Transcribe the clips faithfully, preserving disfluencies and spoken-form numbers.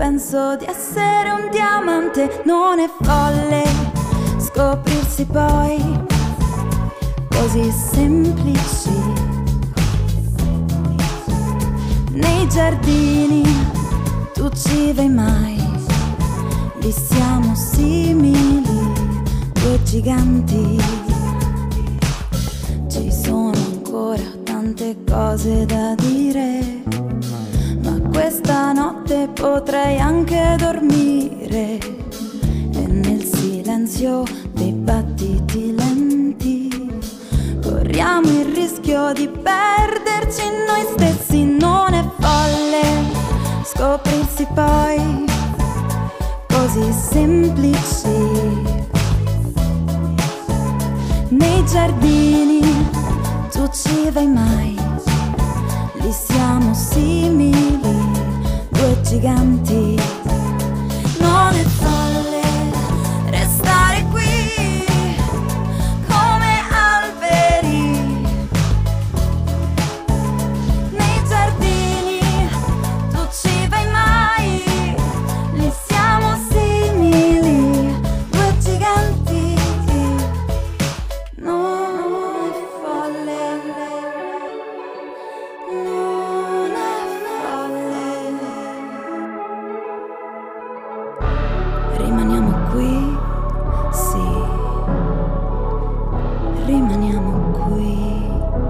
penso di essere un diamante, non è folle scoprirsi poi così semplici. Nei giardini tu ci vai mai, lì siamo simili, due giganti. Ci sono ancora tante cose da dire, ma questa notte potrei anche dormire. E nel silenzio dei battiti lenti corriamo il rischio di perderci noi stessi. Non è folle scoprirsi poi così semplici. Nei giardini tu ci vai mai, lì siamo simili, due giganti. Non è folle restare qui come alberi. Nei giardini tu ci vai mai, lì siamo simili, due giganti. Non è folle, non è folle. Rimaniamo qui, sì, rimaniamo qui,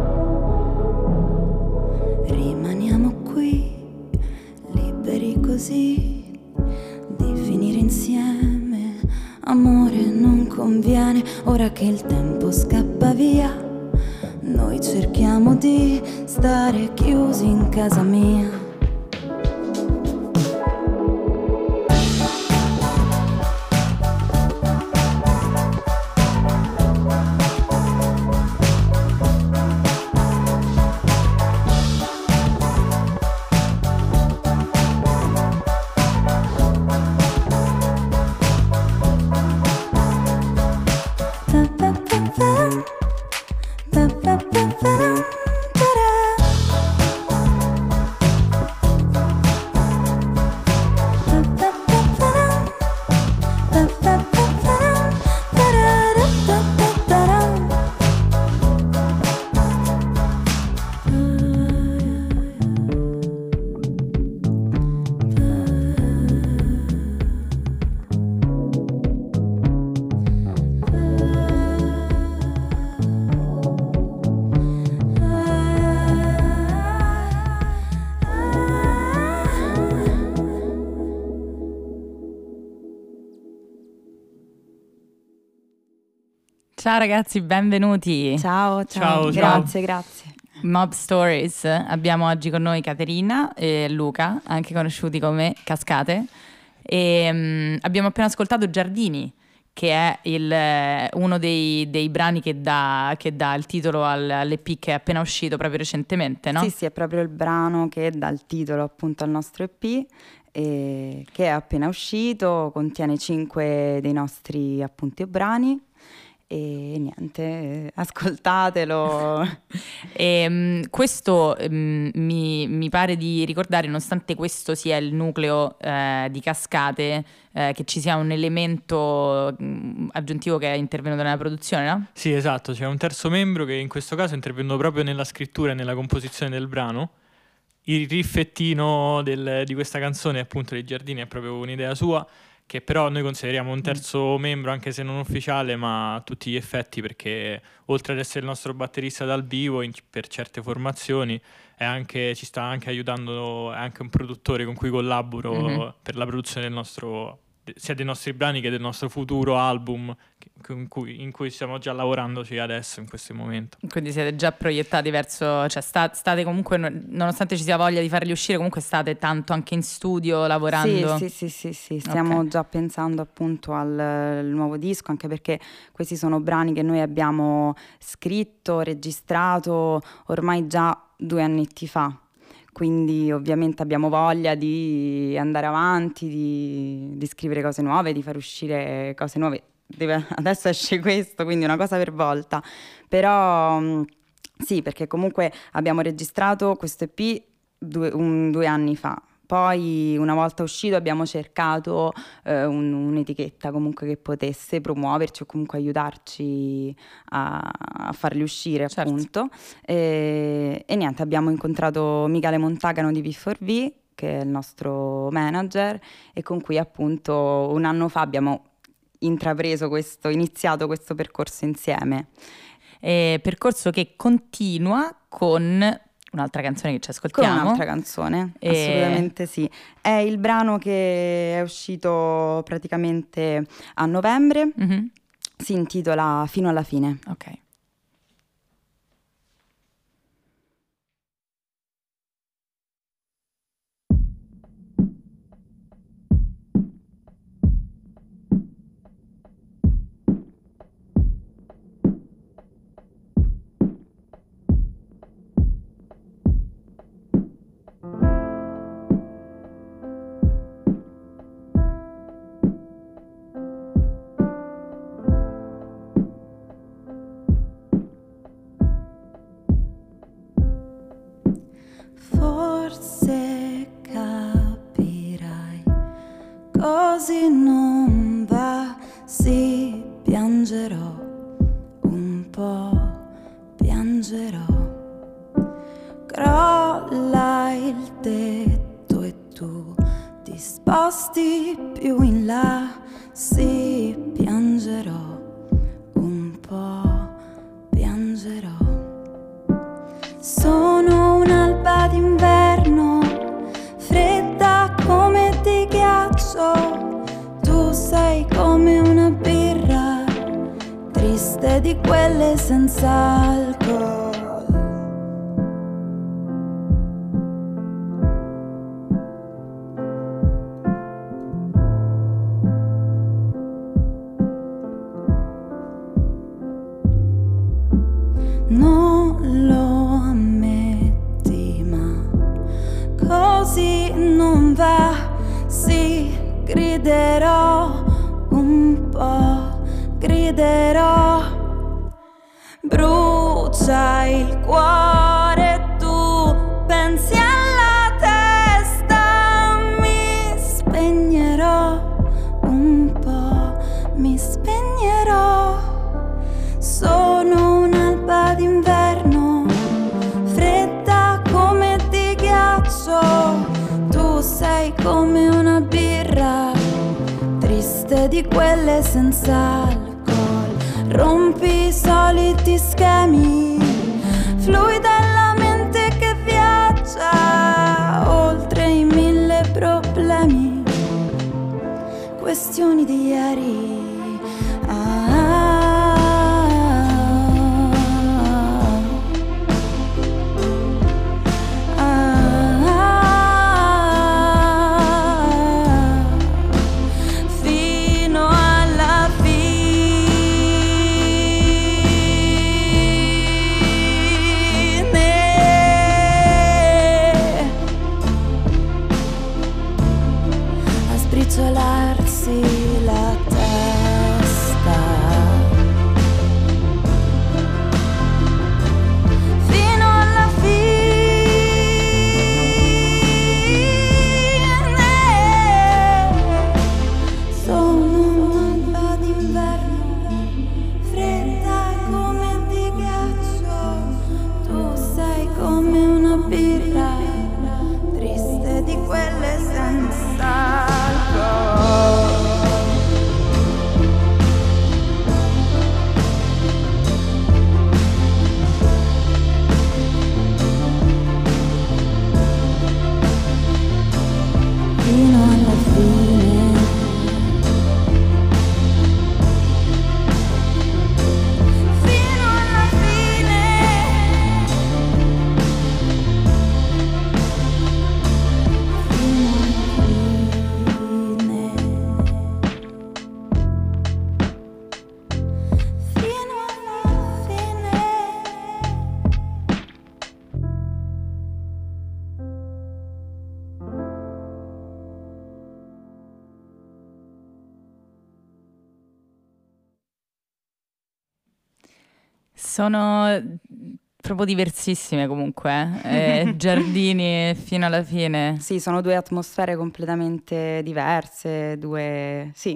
rimaniamo qui, liberi così di finire insieme. Amore non conviene, ora che il tempo scappa via, noi cerchiamo di stare chiusi in casa mia. Ciao ragazzi, benvenuti. Ciao, ciao, Ciao, grazie, grazie. Mob Stories. Abbiamo oggi con noi Caterina e Luca, anche conosciuti come Cascate. E um, abbiamo appena ascoltato Giardini, che è il, uno dei, dei brani che dà, che dà il titolo all'E P che è appena uscito proprio recentemente, no? Sì, sì, è proprio il brano che dà il titolo appunto al nostro E P, e che è appena uscito, contiene cinque dei nostri appunti brani. E niente, ascoltatelo. E, um, questo um, mi, mi pare di ricordare, nonostante questo sia il nucleo eh, di Cascate, eh, che ci sia un elemento um, aggiuntivo che è intervenuto nella produzione, no? Sì, esatto, c'è un terzo membro che in questo caso è intervenuto proprio nella scrittura e nella composizione del brano. Il riffettino del, di questa canzone, appunto, dei Giardini, è proprio un'idea sua, che però noi consideriamo un terzo mm. membro, anche se non ufficiale, ma a tutti gli effetti, perché oltre ad essere il nostro batterista dal vivo in, per certe formazioni, è anche, ci sta anche aiutando, è anche un produttore con cui collaboro mm-hmm. per la produzione del nostro, sia dei nostri brani che del nostro futuro album, in cui, in cui stiamo già lavorandoci adesso in questo momento. Quindi siete già proiettati verso, cioè sta, state comunque, nonostante ci sia voglia di farli uscire, comunque state tanto anche in studio lavorando? Sì, sì, sì, sì, sì. Stiamo okay. già pensando appunto al, al nuovo disco, anche perché questi sono brani che noi abbiamo scritto, registrato ormai già due annetti fa. Quindi ovviamente abbiamo voglia di andare avanti, di, di scrivere cose nuove, di far uscire cose nuove. Deve, adesso esce questo, quindi una cosa per volta. Però mh, sì, perché comunque abbiamo registrato questo E P due, un, due anni fa. poi una volta uscito abbiamo cercato eh, un- un'etichetta comunque che potesse promuoverci o comunque aiutarci a, a farli uscire, Certo. appunto. E, e niente, abbiamo incontrato Michele Montagano di P quattro V, che è il nostro manager, e con cui appunto un anno fa abbiamo intrapreso questo, iniziato questo percorso insieme. Eh, percorso che continua con un'altra canzone che ci Con ascoltiamo. un'altra canzone, E- assolutamente sì. È il brano che è uscito praticamente a novembre, Mhm. si intitola Fino alla fine. Ok. Forse capirai, così non va, sì, piangerò, un po' piangerò. Crolla il tetto e tu ti sposti più in là, sì, piangerò, un po' piangerò. Sono un'alba d'inverno, fredda come di ghiaccio. Tu sei come una birra, triste di quelle senza alcol. Non lo ammetti, ma così non va, sì, griderò un po', griderò. Brucia il cuore, tu pensi alla testa, mi spegnerò un po', mi spegnerò. Sono un'alba d'inverno, fredda come di ghiaccio. Tu sei come una birra, triste di quelle senza alcol. Rompi i soliti schemi, fluida è la mente che viaggia oltre i mille problemi, questioni di ieri. Sbriciolarsi la testa fino alla fine. Sono un'alba d'inverno, fredda come di ghiaccio. Tu sei come una birra, triste di quelle senza alcol. Fino alla fine. Fino alla fine. Fino alla fine. Sono proprio diversissime comunque, eh? eh, giardini fino alla fine. Sì, sono due atmosfere completamente diverse, due... sì,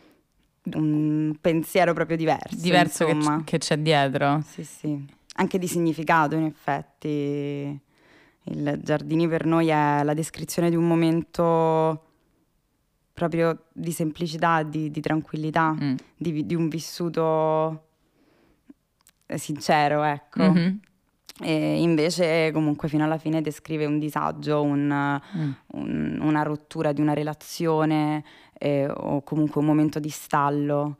un pensiero proprio diverso. Diverso che, insomma. c- che c'è dietro. Sì, sì. Anche di significato, in effetti. Il Giardini per noi è la descrizione di un momento proprio di semplicità, di, di tranquillità, Mm. di, di un vissuto sincero, ecco. Mhm. E invece comunque fino alla fine descrive un disagio, un, Mm. un- una rottura di una relazione eh, o comunque un momento di stallo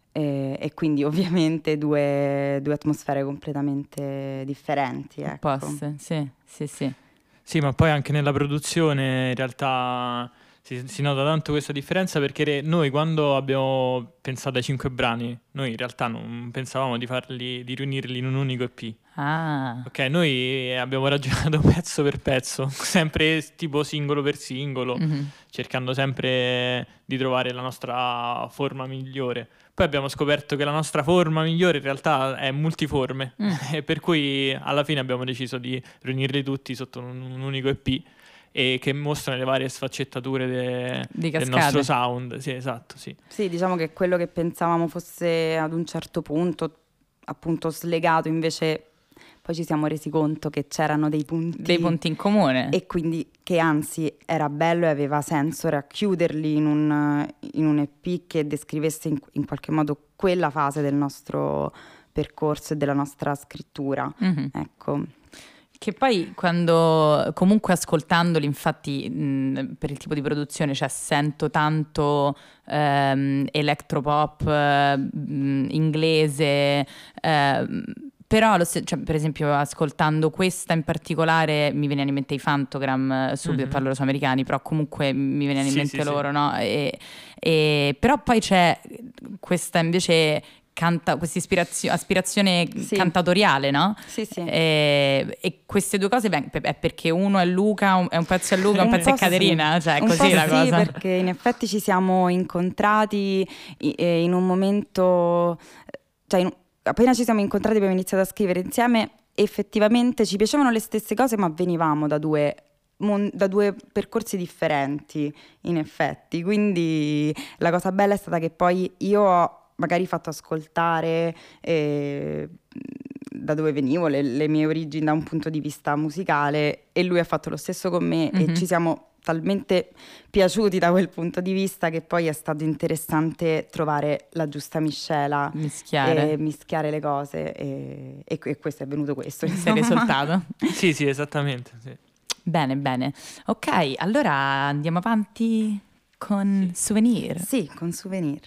e, e quindi ovviamente due, due atmosfere completamente differenti, ecco. Opposte, sì, sì, sì. Sì, ma poi anche nella produzione in realtà si, si nota tanto questa differenza perché re- noi quando abbiamo pensato ai cinque brani, noi in realtà non pensavamo di farli, di riunirli in un unico E P. Ah, Ok, noi abbiamo ragionato pezzo per pezzo, sempre tipo singolo per singolo, mhm. cercando sempre di trovare la nostra forma migliore. Poi abbiamo scoperto che la nostra forma migliore in realtà è multiforme, Mm. e per cui alla fine abbiamo deciso di riunirli tutti sotto un, un unico E P e che mostrano le varie sfaccettature de- Di del Cascate. nostro sound. Sì, esatto, sì. Sì, diciamo che quello che pensavamo fosse ad un certo punto appunto slegato, invece poi ci siamo resi conto che c'erano dei punti, Dei punti in comune. e quindi che anzi era bello e aveva senso racchiuderli in un, in un E P che descrivesse in, in qualche modo quella fase del nostro percorso e della nostra scrittura. Mhm. Ecco. Che poi quando comunque ascoltandoli, infatti mh, per il tipo di produzione, cioè sento tanto ehm, electropop eh, mh, inglese, ehm, però lo se- cioè, per esempio ascoltando questa in particolare mi venivano in mente i Phantogram, eh, subito Mhm. parlo loro sono americani, però comunque mi venivano in Sì, mente sì, sì. loro, no? E, e- però poi c'è questa invece canta, questa ispirazio- aspirazione Sì. cantatoriale, no? Sì, sì. E, e queste due cose beh, è perché uno è Luca, un- è un pezzo è Luca, un Un pezzo è po' sì. Caterina, cioè è Un così po' la sì, cosa. perché in effetti ci siamo incontrati i- eh, in un momento, cioè in- appena ci siamo incontrati abbiamo iniziato a scrivere insieme, effettivamente ci piacevano le stesse cose ma venivamo da due, mon- da due percorsi differenti in effetti, quindi la cosa bella è stata che poi io ho magari fatto ascoltare eh, da dove venivo, le, le mie origini da un punto di vista musicale e lui ha fatto lo stesso con me Mhm. e ci siamo talmente piaciuti da quel punto di vista che poi è stato interessante trovare la giusta miscela Mischiare. e mischiare le cose e, e, e questo è venuto questo, Sei insomma. risultato. Sì, sì, esattamente. Sì. Bene, bene. Ok, allora andiamo avanti con Souvenir. Sì, con Souvenir.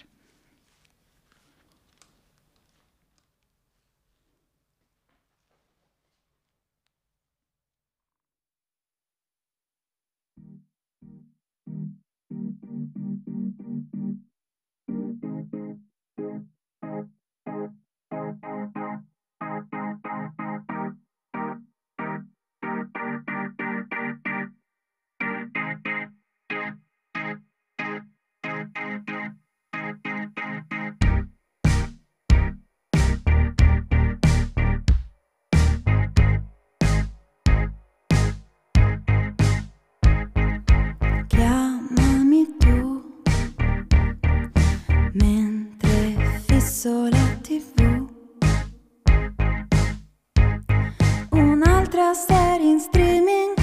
Chiamami tu mentre fisso la tivù, un'altra serie in streaming,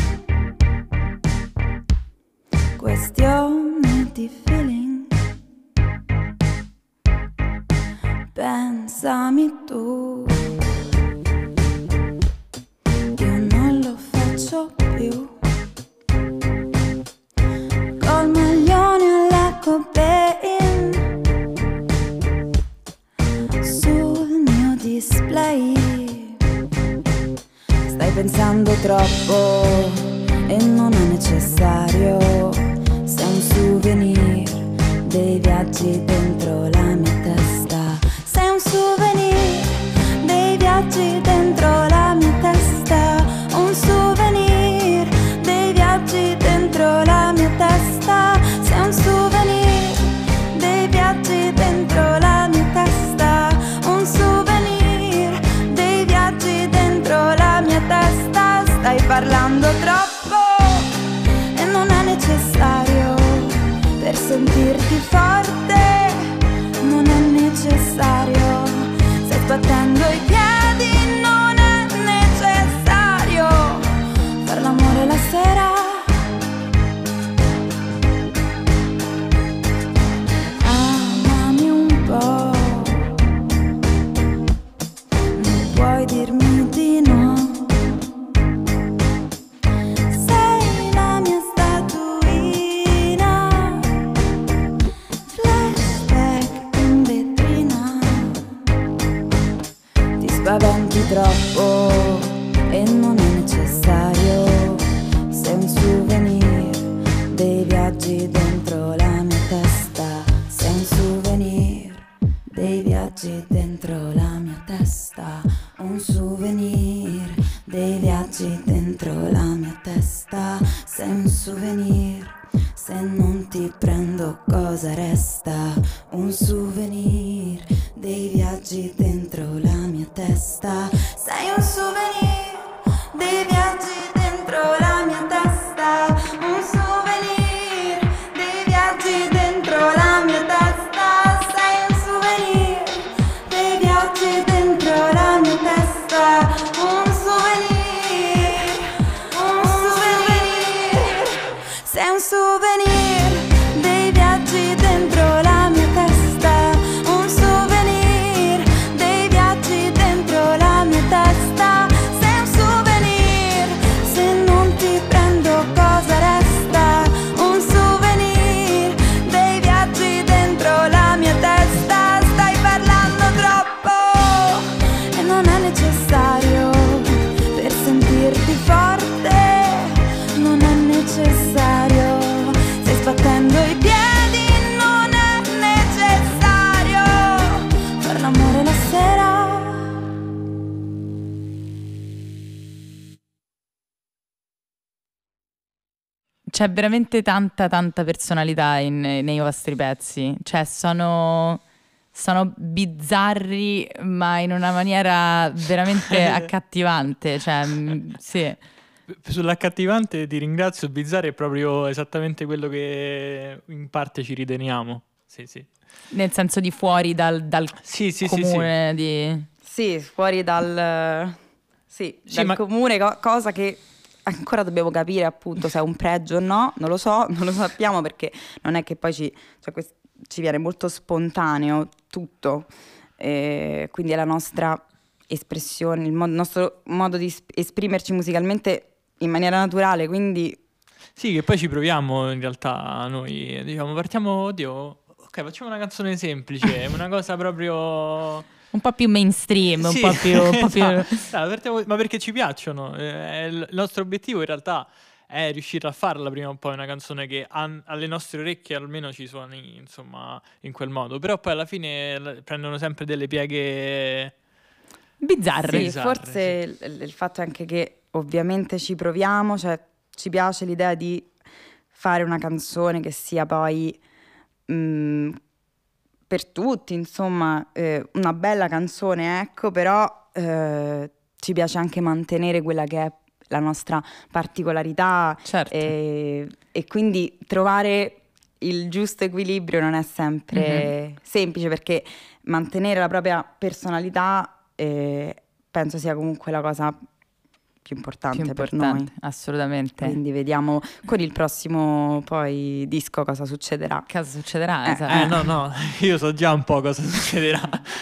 questione di feeling. Pensami tu, io non lo faccio più. Col maglione alla Cobain sul mio display. Stai pensando troppo e non è necessario. Sei un souvenir dei viaggi dentro la mia testa. Sei un souvenir dei viaggi dentro la mia testa. Un souvenir dei viaggi dentro la mia testa. Sei un souvenir dei viaggi dentro la mia testa. Un souvenir dei viaggi dentro la troppo e non è necessario. Sei un souvenir dei viaggi dentro la mia testa. Sei un souvenir dei viaggi dentro la mia testa. Un souvenir dei viaggi dentro la mia testa. Sei un souvenir, se non ti prendo cosa resta? Un souvenir dei viaggi dentro la mia testa. Sei un souvenir dei viaggi dentro la mia testa. Un souvenir dei viaggi dentro la mia testa. Sei un souvenir dei viaggi dentro la mia testa. Un souvenir, un souvenir. Sei un souvenir dei viaggi dentro la mia testa. Un souvenir dei viaggi dentro la mia testa. Sei un souvenir, se non ti prendo cosa resta? Un souvenir dei viaggi dentro la mia testa. Stai parlando troppo e non è necessario per sentirti forte. Non è necessario, stai sbattendo i piedi, non è necessario far l'amore la sera. C'è veramente tanta tanta personalità in- nei vostri pezzi, cioè sono, sono bizzarri ma in una maniera veramente accattivante, cioè mm, sì. Sull'accattivante ti ringrazio, bizzarro è proprio esattamente quello che in parte ci riteniamo. Sì, sì. Nel senso di fuori dal, dal Sì, sì, sì, sì. comune di... Sì, fuori dal, sì, Sì, dal ma- comune, co- cosa che ancora dobbiamo capire appunto se è un pregio o no, non lo so, non lo sappiamo perché non è che poi ci, cioè, quest- ci viene molto spontaneo tutto, e quindi è la nostra espressione, il, mo- il nostro modo di es- esprimerci musicalmente in maniera naturale, quindi Sì, che poi ci proviamo in realtà noi, diciamo, partiamo, oddio, ok, facciamo una canzone semplice, una cosa proprio... un po' più mainstream, un Sì, po' più... un po' più- esatto. No, partiamo- ma perché ci piacciono, eh, il nostro obiettivo in realtà è riuscire a farla prima o poi una canzone che an- alle nostre orecchie almeno ci suoni, insomma, in quel modo, però poi alla fine l- prendono sempre delle pieghe... bizzarri. sì, Bizzarre, forse il, il fatto è anche che ovviamente ci proviamo, cioè ci piace l'idea di fare una canzone che sia poi mh, per tutti, insomma, eh, una bella canzone, ecco, però eh, ci piace anche mantenere quella che è la nostra particolarità Certo. e, e quindi trovare il giusto equilibrio non è sempre semplice, perché mantenere la propria personalità eh, penso sia comunque la cosa più importante, Più per importante, noi. assolutamente. Quindi vediamo con il prossimo poi disco cosa succederà. Cosa succederà? Eh, esatto. Eh no, no, io so già un po' cosa succederà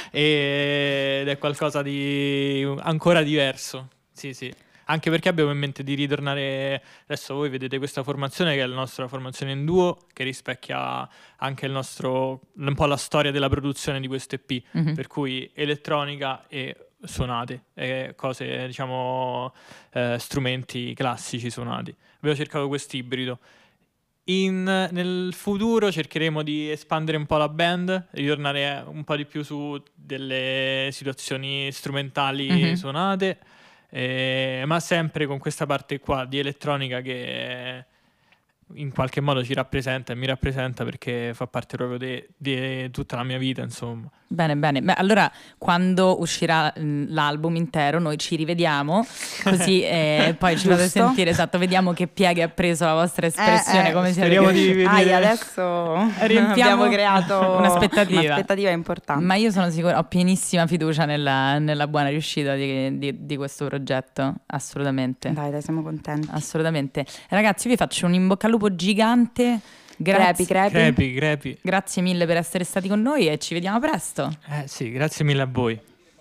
ed è qualcosa di ancora diverso, sì sì, anche perché abbiamo in mente di ritornare, adesso voi vedete questa formazione che è la nostra formazione in duo, che rispecchia anche il nostro, un po' la storia della produzione di questo E P, Mhm. per cui elettronica e suonate, e cose diciamo eh, strumenti classici suonati. Abbiamo cercato questo ibrido. In- nel futuro cercheremo di espandere un po' la band, ritornare un po' di più su delle situazioni strumentali Mhm. suonate, eh, ma sempre con questa parte qua di elettronica che in qualche modo ci rappresenta e mi rappresenta perché fa parte proprio de- di tutta la mia vita, insomma. Bene, bene. Beh, allora quando uscirà mm, l'album intero noi ci rivediamo così eh, poi ci fate Giusto. sentire, esatto, vediamo che pieghe ha preso la vostra espressione, eh, come siete speriamo cresciuti. di Ah, venire- adesso Riempiamo abbiamo creato un'aspettativa. un'aspettativa importante. Ma io sono sicura, ho pienissima fiducia nella, nella buona riuscita di, di- di questo progetto, assolutamente. Dai, dai, siamo contenti. Assolutamente. Ragazzi, vi faccio un in bocca al lupo gigante. Crepi, Grazie, crepi. Crepi, crepi. grazie mille per essere stati con noi e ci vediamo presto. Eh sì, grazie mille a voi.